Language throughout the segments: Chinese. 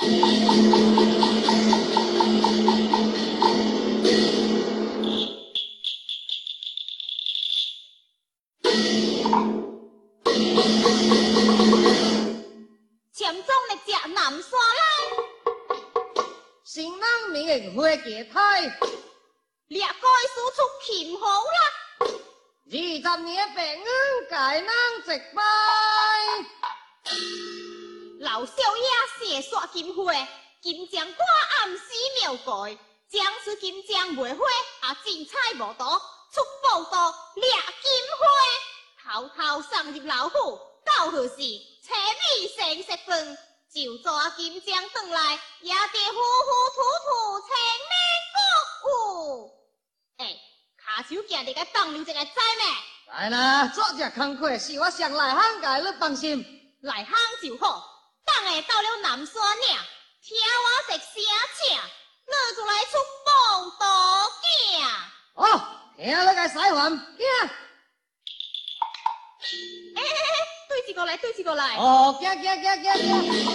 前总的只南山来， 新郎明的花结胎， 掠过输出琴喉啦。 20年白恩改人直拜， 老少爷写煞金花，金将歌暗时庙改，将此金将梅花，精彩无图，出报道掠金花，偷偷送入老虎，到何时？车米成食饭，就抓金将转来，也得糊糊涂涂青面骨。骹手行伫个放流一个知咩？ 来啦，做只工课是我上内行家你放心。 内行就好，等下到了南山岭，听我一声请，你就来出报道行。 哦，听你个使唤，行。 对一个来，对一个来。 哦，行。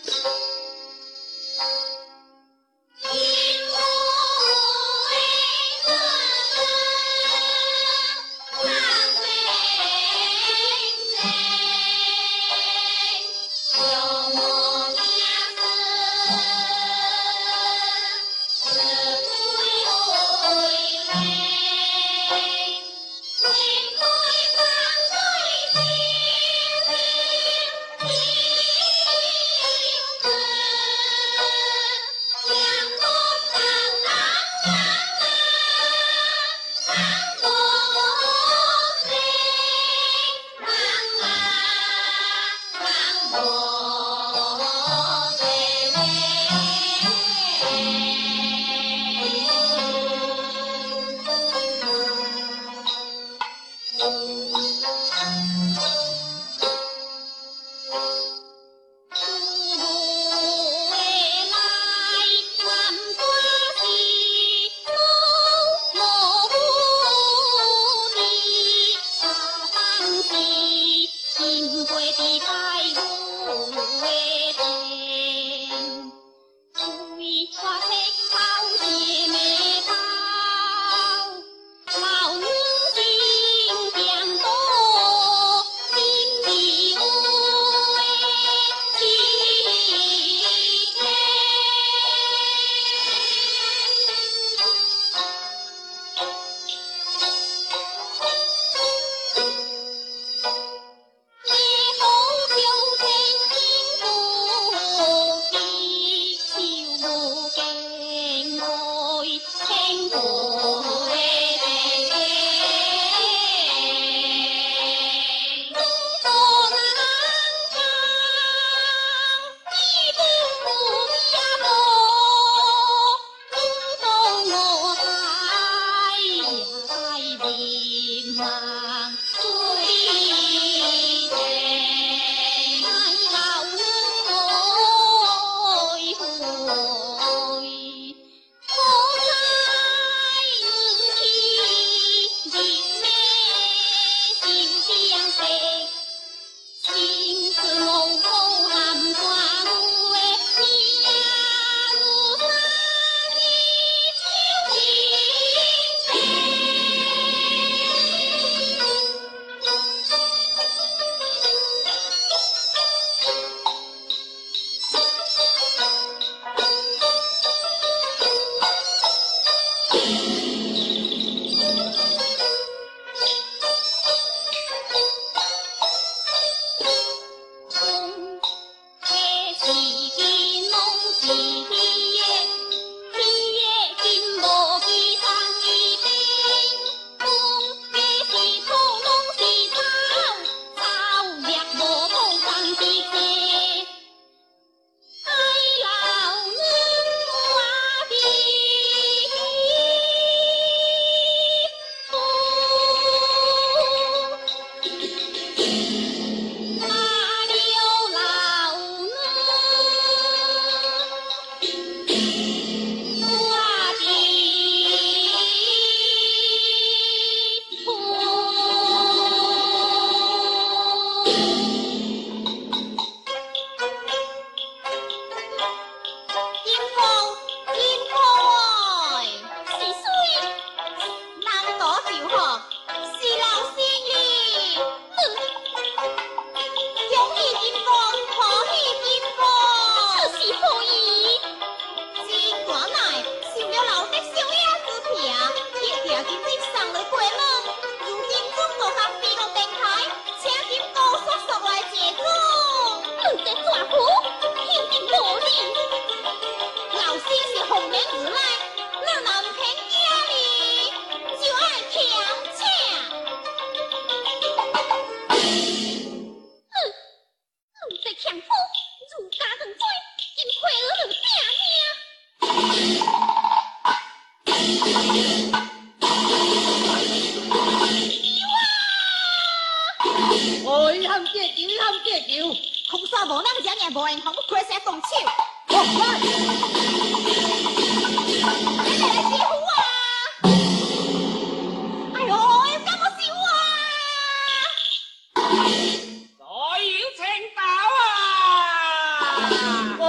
我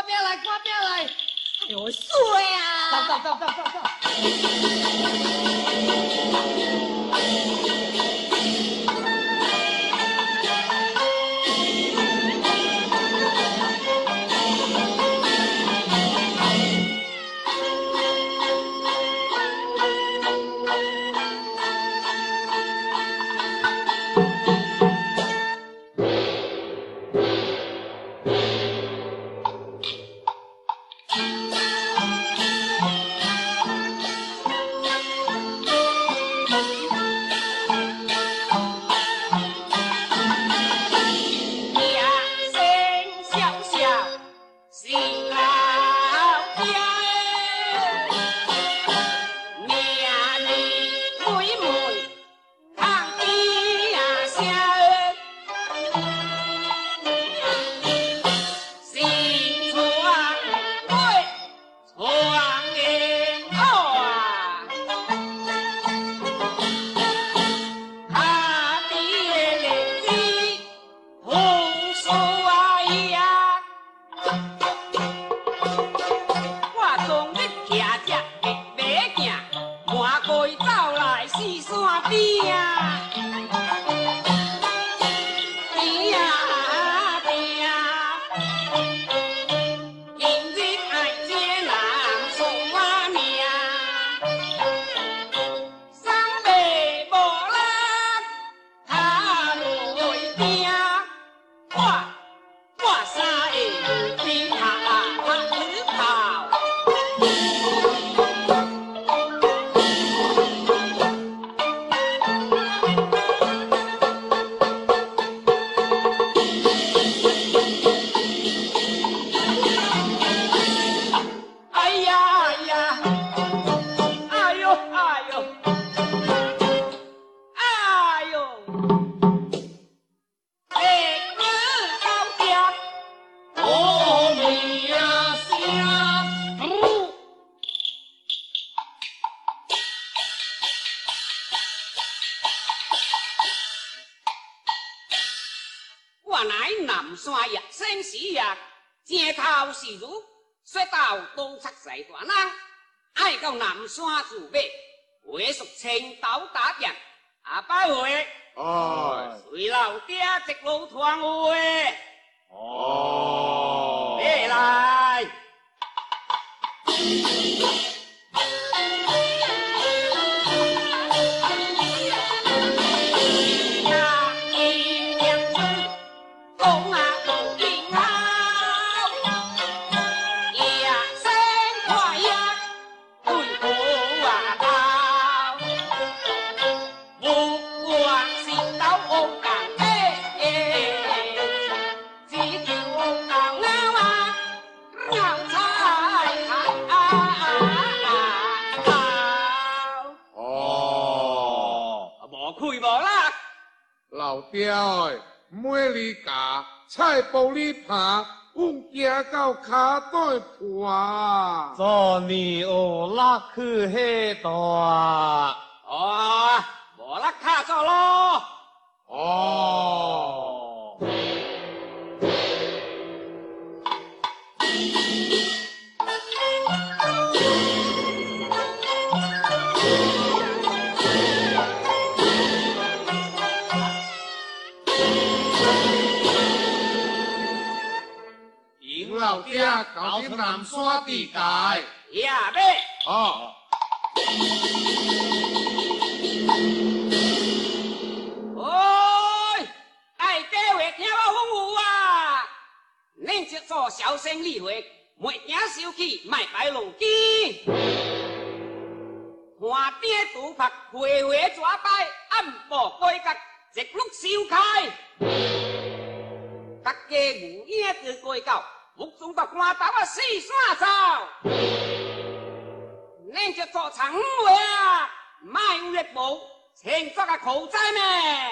兵来，官兵来！ 哎呦，衰啊！ 走！ 原来南山夜生时夜，正头是如说到东出西大人，爱到南山自买，为属青岛打赢，阿拜会，随老爹一路团会，别来。 老爹诶，每日家菜帮你拍，阮行到骹底破。 昨年有落去迄度啊？ 无落卡做咯。 老爹到去南山地界， 呀呗。大家会听我吩咐啊！恁这做小生理会，袂惊收起，卖摆路机。岸边独拍，回回抓摆，暗部改革，一律收开。大家有影就改到。目中到官头啊，四山走。恁就做长话啊，卖有力无，清作个口灾咩？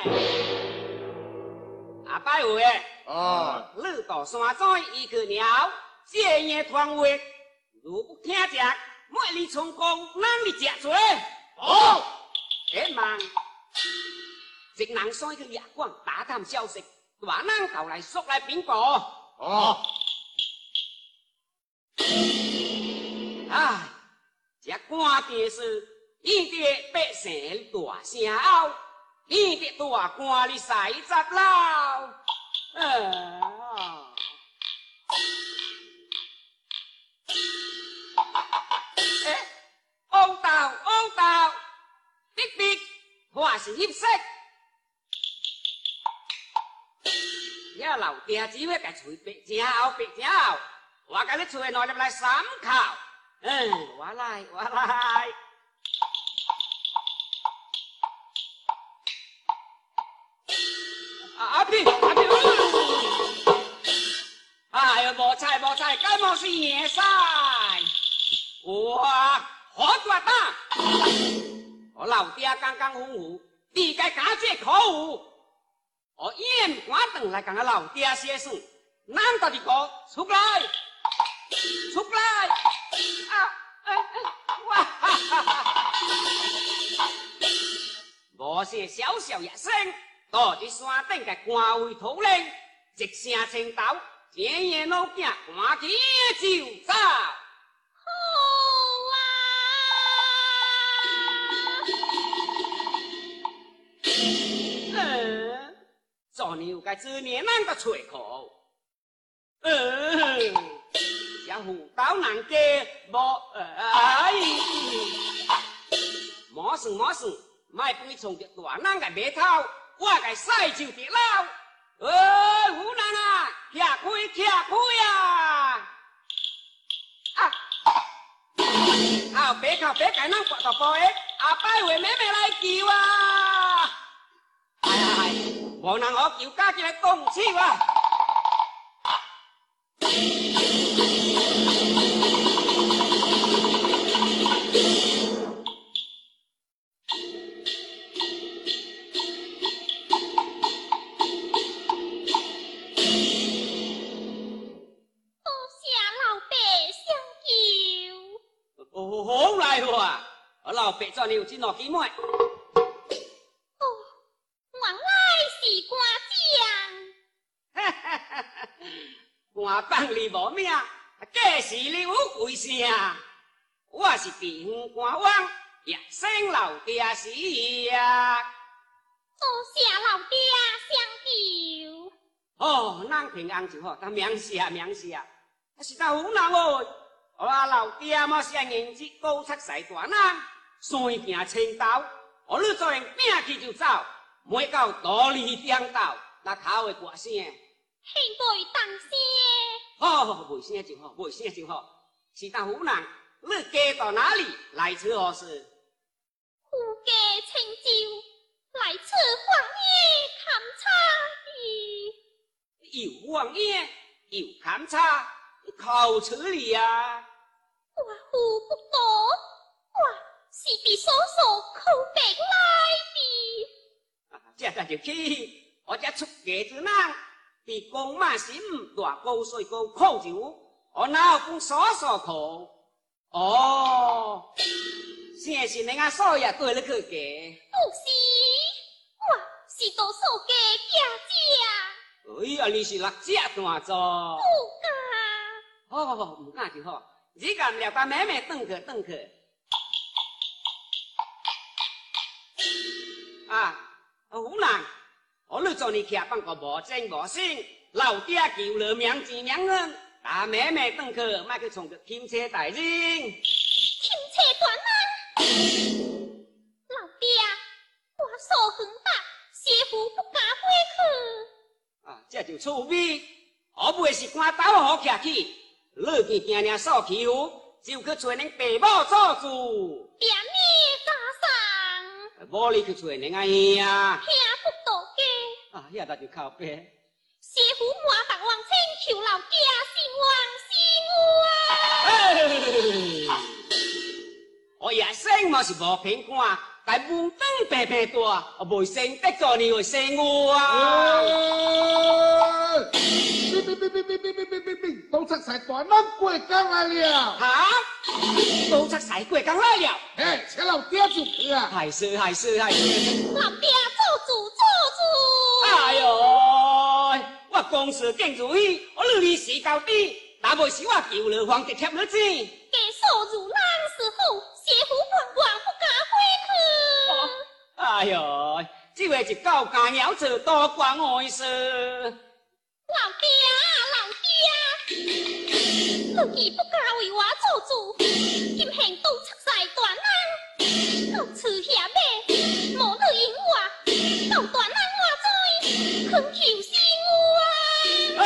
阿拜会你到山庄伊去鸟，这夜团话，如不听着，每日从公，咱哩食做。希望一人山去夜光打探消息，大人头来速来禀告。 关键是，伊得百姓大声吼，伊得大官哩赛杂老。乌豆，滴滴，我是翕色。遐老爹只要甲喙白正后，我甲你喙拿入来3口。我来。阿屁！哎呦，无菜，干毛是野菜。哇，好大胆！我老爹刚刚吩咐，你该加这可恶。我眼光瞪来，跟我老爹写信，咱到底讲出来！哇哈哈！无些小野生，到伫山顶个官位土领，一声青豆，前夜老囝赶起就走。 好啊！昨年有该子年咱个吹口。这虎刀难过，莫算，莫帮伊从着大人个码头，我个赛就得老。湖南啊，徛开啊！后别靠别个咱刮到波的，阿伯为妹妹来救啊！无人可救，家己来动手啊！好来话，我老爸做你有真落几妹？ 原来是官将。 官帮你无命，假是你有贵姓？我是地方官王，叶姓老爹是啊。 多谢老爹相救。 咱平安就好，但名是啊，是当湖南哦。我老爹嘛是年纪高出世大人，三件青豆，我你做人拼去就走，每到大里点到，那口会挂声。 现在当声。袂声就好，是当湖南，你家到哪里，来此何事？ 夫家清酒，来此荒野勘察。 又荒野又勘察，口齿里啊！ 我夫不多，我是被嫂嫂扣白来的。 这就去，我这出家之人，伫公马心大高水高扣酒，我哪有讲嫂嫂扣？正是恁阿嫂也对你去家。 不是，我是多嫂家姐姐。 你是六只大座。 不敢。 唔敢就好。你敢了把妹妹转去。湖南，你做你徛放个无精无性，老爹救了名字名恩，把妹妹转去，莫去从个轻车大人。 轻车短人。老爹，我手很大，媳妇不敢回去。 这就趣味。我不会是官刀好徛起，你去惊人受欺负，就去找恁爸母做主。 爹咩加上？ 无你去找恁阿兄啊。 兄不到家。 遐搭就靠背。 媳妇满白王亲，求老爹姓王。 我一生嘛是无偏官，但门当白白大，袂生得做你会生我啊！ 别！都出世大人过江来了。 都出世过江来了。 请老爹做去啊！ 害事。 老爹做主。 哎呦，我公事更如意，我屡试到底，但袂是我救了皇帝贴了钱。 家嫂如人是好，媳妇哎哟，这位一狗家鸟子多关我事。 老爹，老爹，你不该为我做主，今现都出世大人，到厝遐买，无你因我，到大人我做，恳求生我啊！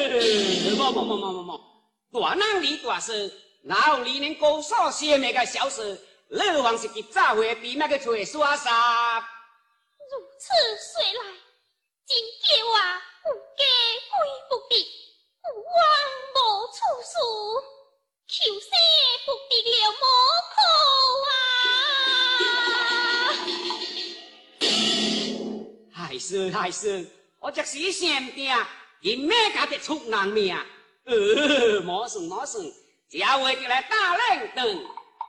莫，大人离大事，哪有你能高所写那个小事？你还是去早会比那个找耍啥？ 如此说来，真叫我有家归不得，有冤无处诉，求生不得了无可啊！ 害死，我这是想定，因咩家己出人命？莫算，这回就来打冷顿。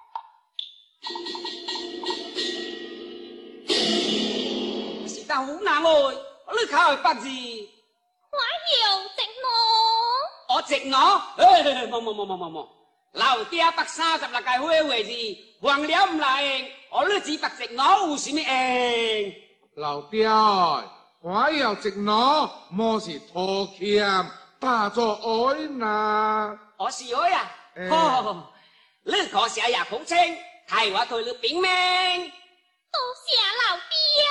是当湖南哦，你考会8字？ 我有直我直我，莫，老爹836个火话字，忘了唔来用，我你只白直我有什么用？ 老爹，我要直攞，莫是拖欠，打作爱呐。 我是我呀，你可写也好清，替我退了兵命。 多谢老爹啊！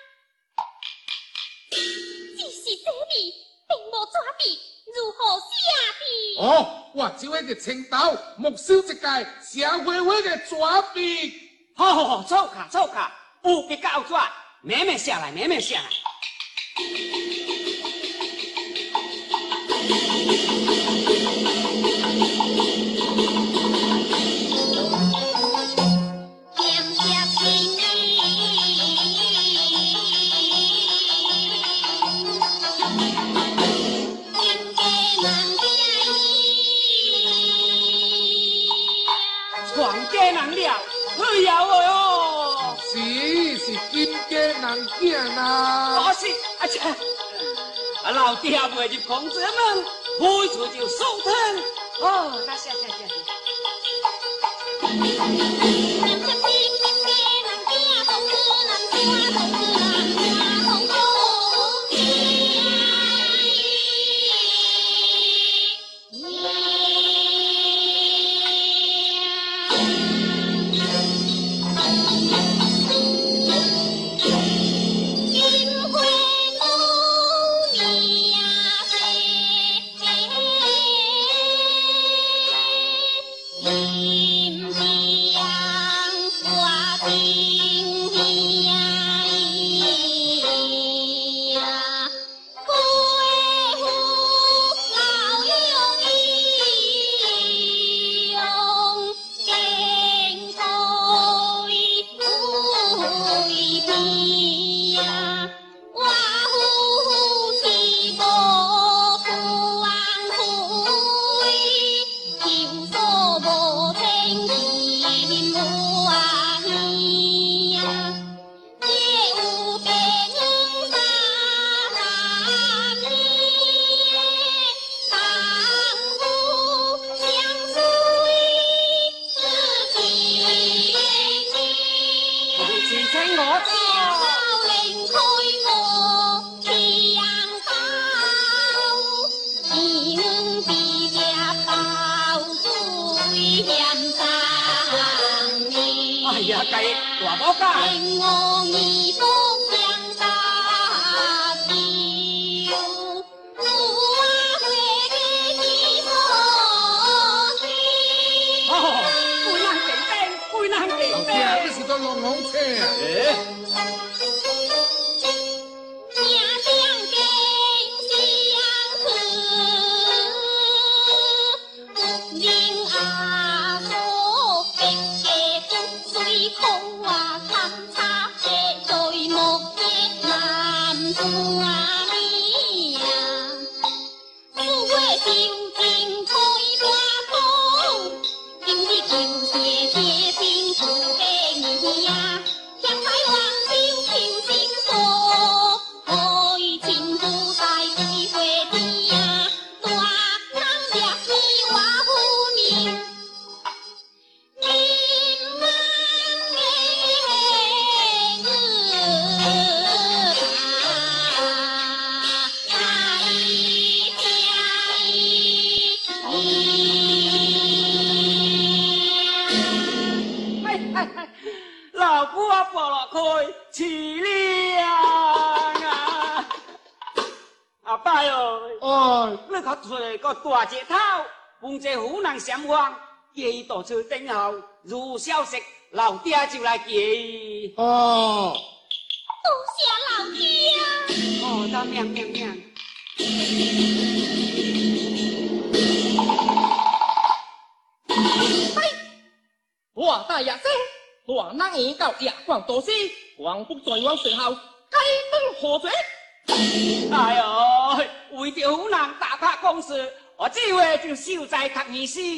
只是这里并无纸笔，如何写的？ 哦，我只会个青豆，木烧一介，社会会嘅纸笔。 好，错卡，有笔交纸，慢慢下来。 是金家人囝啦。 我是老爹未入公子门，开厝就收吞。谢。 老婆抱落去凄凉啊！阿伯哦， 哎， 你较出来个大一头，问这夫人相望，叫伊到厝等候，如消息，老爹就来接伊。 哦， 多谢老爹。 哦，当命。 我大爷生，大人已到夜光多时，王不在往时候，该等何罪？ 哎呦，为着夫人大拍公事，我这回就守在读儿时，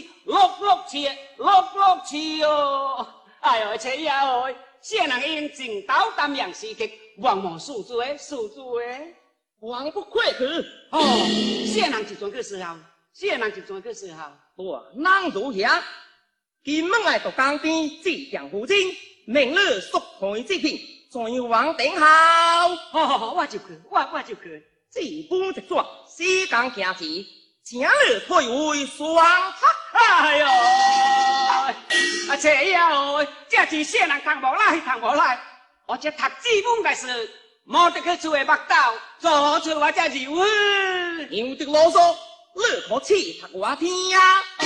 碌气哦。哎呦，切呀哦，些人应正斗担任司机，往往恕罪。 王不愧去， 哦，些人就做个时候， 大人如下。今晚来到江边，祭奠父亲，明日赎回之品，在王顶后。 好，我就去。 基本一转，时间行迟，请日退位双拍。 哎呦，啊切呀哦，这是些人谈无来，我这读基本的事，冇得去厝的目斗，做出我这入魂。 有的啰嗦，你可气读我听呀！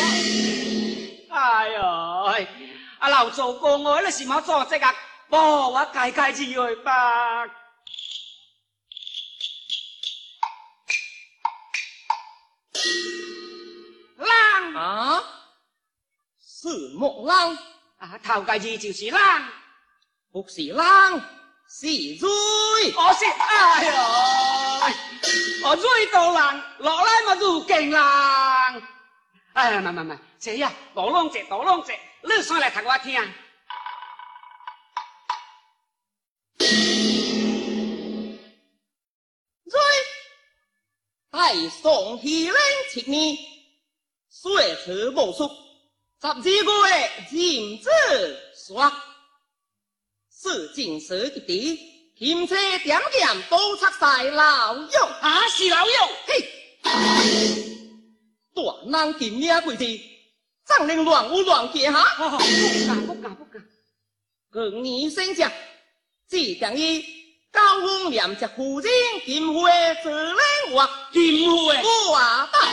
哎呦，啊老做工哦，你是冇做这个，无我改字去吧。人啊，是木狼， 啊，头个字就是人， 不是狼，是水。 我是哎呦，我水到人落来嘛如劲人。哎，慢，这呀，多拢者，你先来读我听。 水，大宋喜人7年，岁次无数，12月禁止刷，是进士一地，kim车点都出晒老友。 啊，是老友， 嘿。大人今夜贵字，怎能乱有乱结哈？ 不敢。 更年生者，只等于高风念着夫人金花自然话， 金花话大。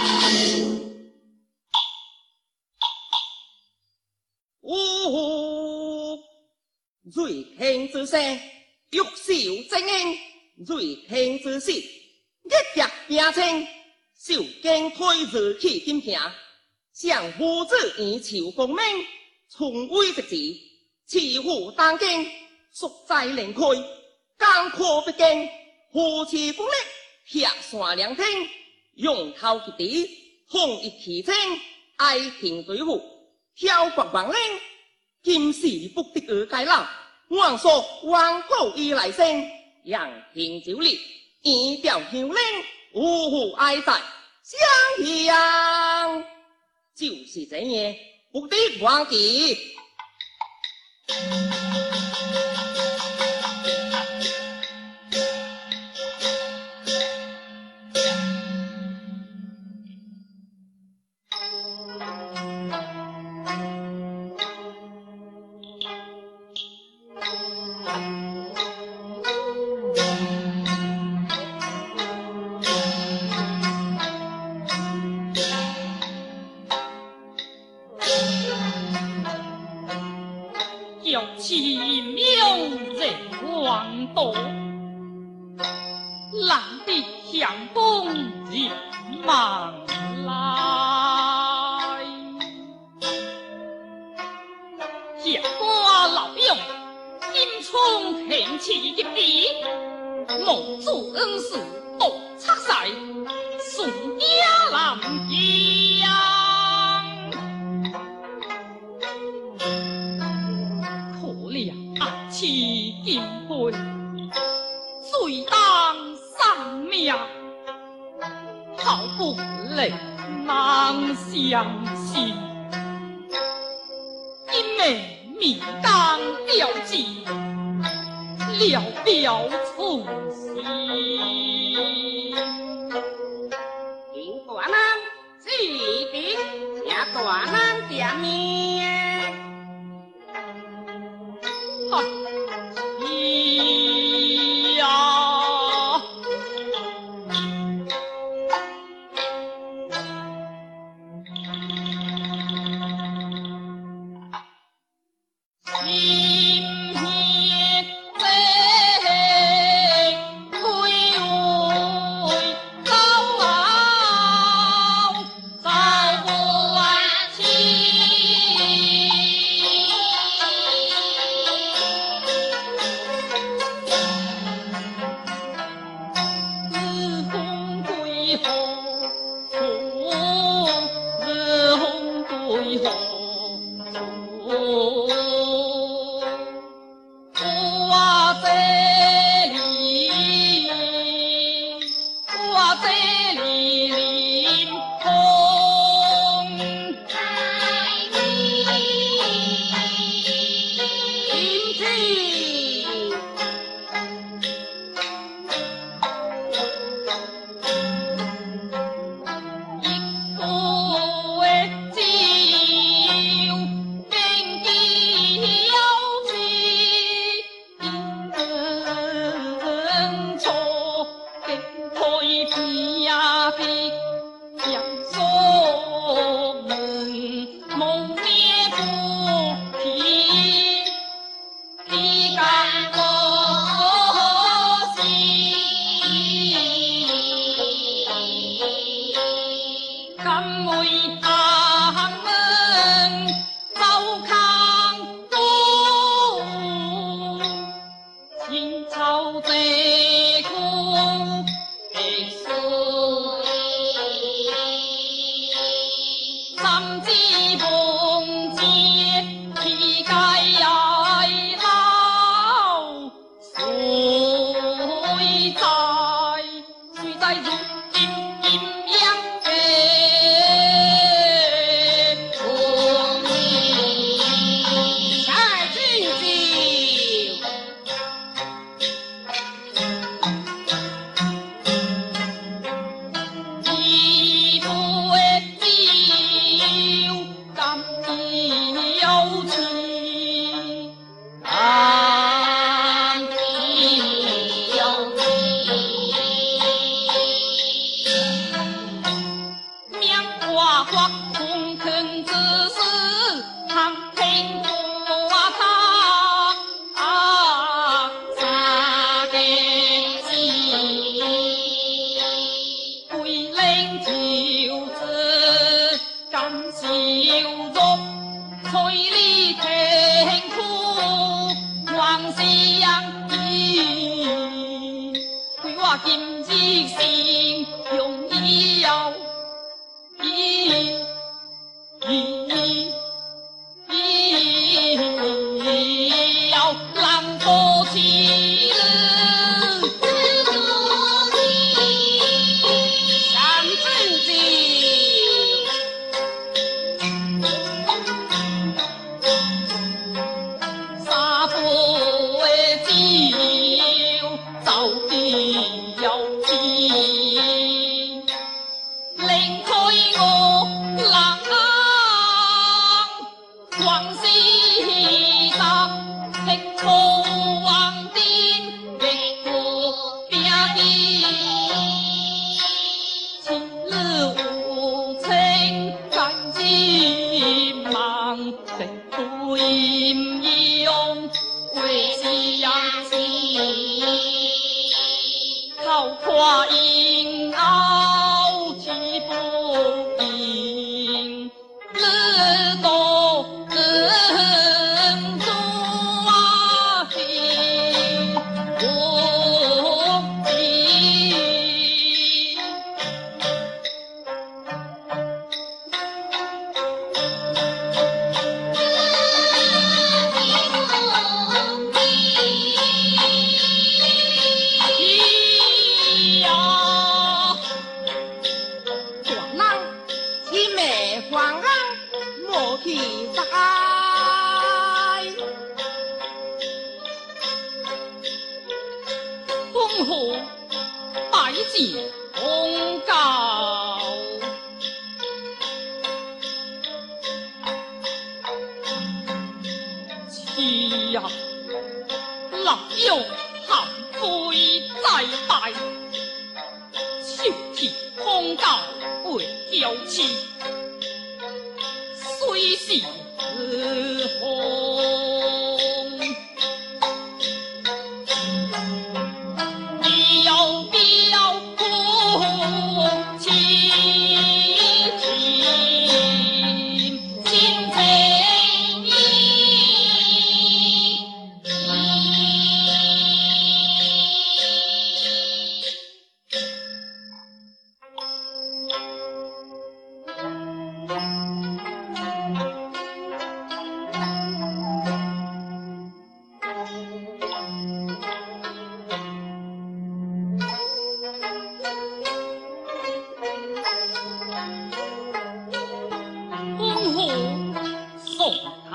瑞卿之声，玉秀正英，瑞卿之事，一脚变清。受经推日去金城，向夫子以求功名，从威直指，欺负当今，宿在灵开，艰苦不经，夫妻不力，铁线两天，用头及地，红一气清，爱情对付，挑骨王令，今时不得而改人，王说王后以来生，让平九力，一调香令。呜呼哀哉，相样，就是这样，不得忘记。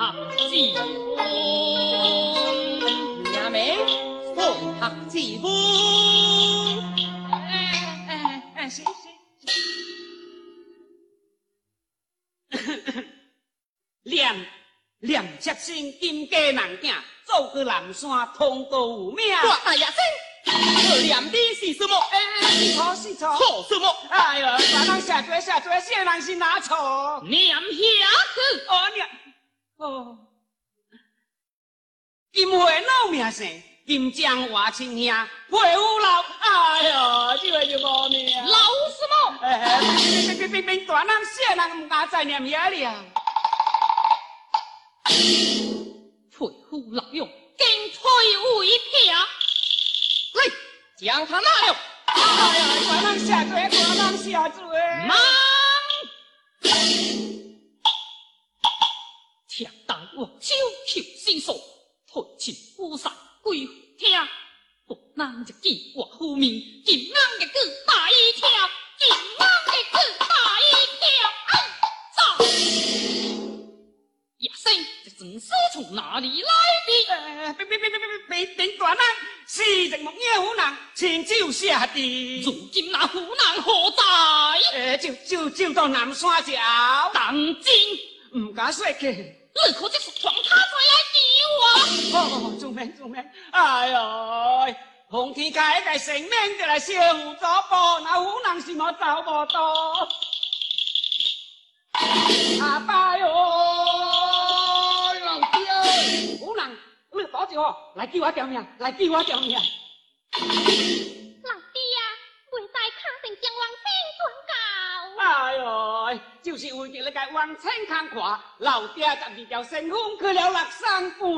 之婚，娘们送客之婚。 是。念接生金家人囝，走过南山通道有名。 大大爷生，可念你是什么？ 是错。 错什么？ 哎呦，大人下罪，小人是哪错？ 念下去。 金花老命生，金江外亲兄，配有老。哎呦，这位就无命。 老什么？ 别大人小人唔敢再念遐了。 佩服老勇，更退为撇。来，将他拿了。 哎呀，大人下罪， 忙！听大王手求心所，退亲夫散归户听。大人一记话夫命，金人一句大意听，金人一句大意听。走！野生这真是从哪里来的？ 别大人，是这木叶夫人亲手写的。 如今那夫人何在？ 就到南山桥。 当今唔敢说去。 你可就是闯他出来救我！ 做咩？哎呦，红天开个性命就来相互作报，那夫人是我走无到。阿爸哟， 老爹， 夫人，你保住我，来救我条命， 老爹啊，袂使卡成将王星转告。 哎呦，就是为着你甲王清康看，老爹12条神风去了6山半。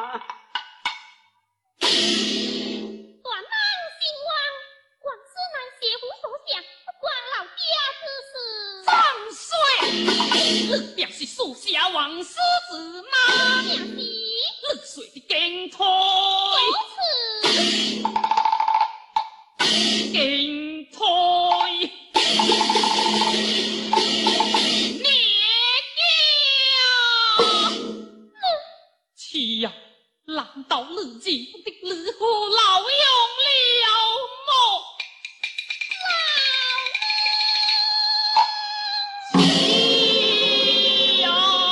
大人姓王，王师乃邪乎所想，不关老爹之事。 你便是属下王师之吗？ 便是。 你谁的惊退？ 如此。 惊退。是呀，难道你认不得你和老用了么？是呀。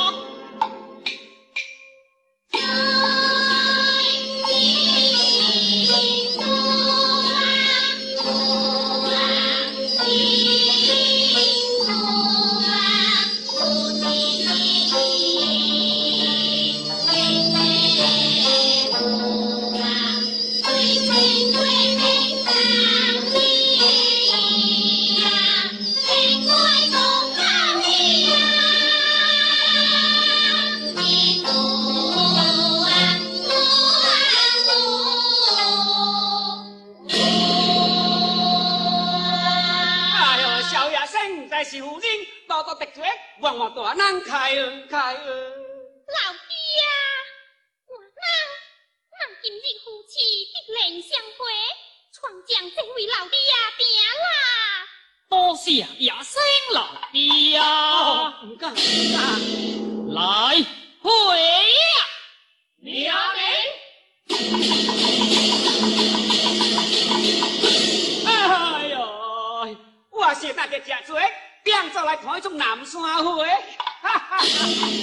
是夫人多多得罪，望我大人开恩。 老爹啊，我咱今日夫妻必然相会，传将这位老爹定啦。 多谢野生老爹啊！ 唔敢。 来回呀， 娘们。哎呦，我是那个吃罪。变做来看一种南山花，哈哈哈！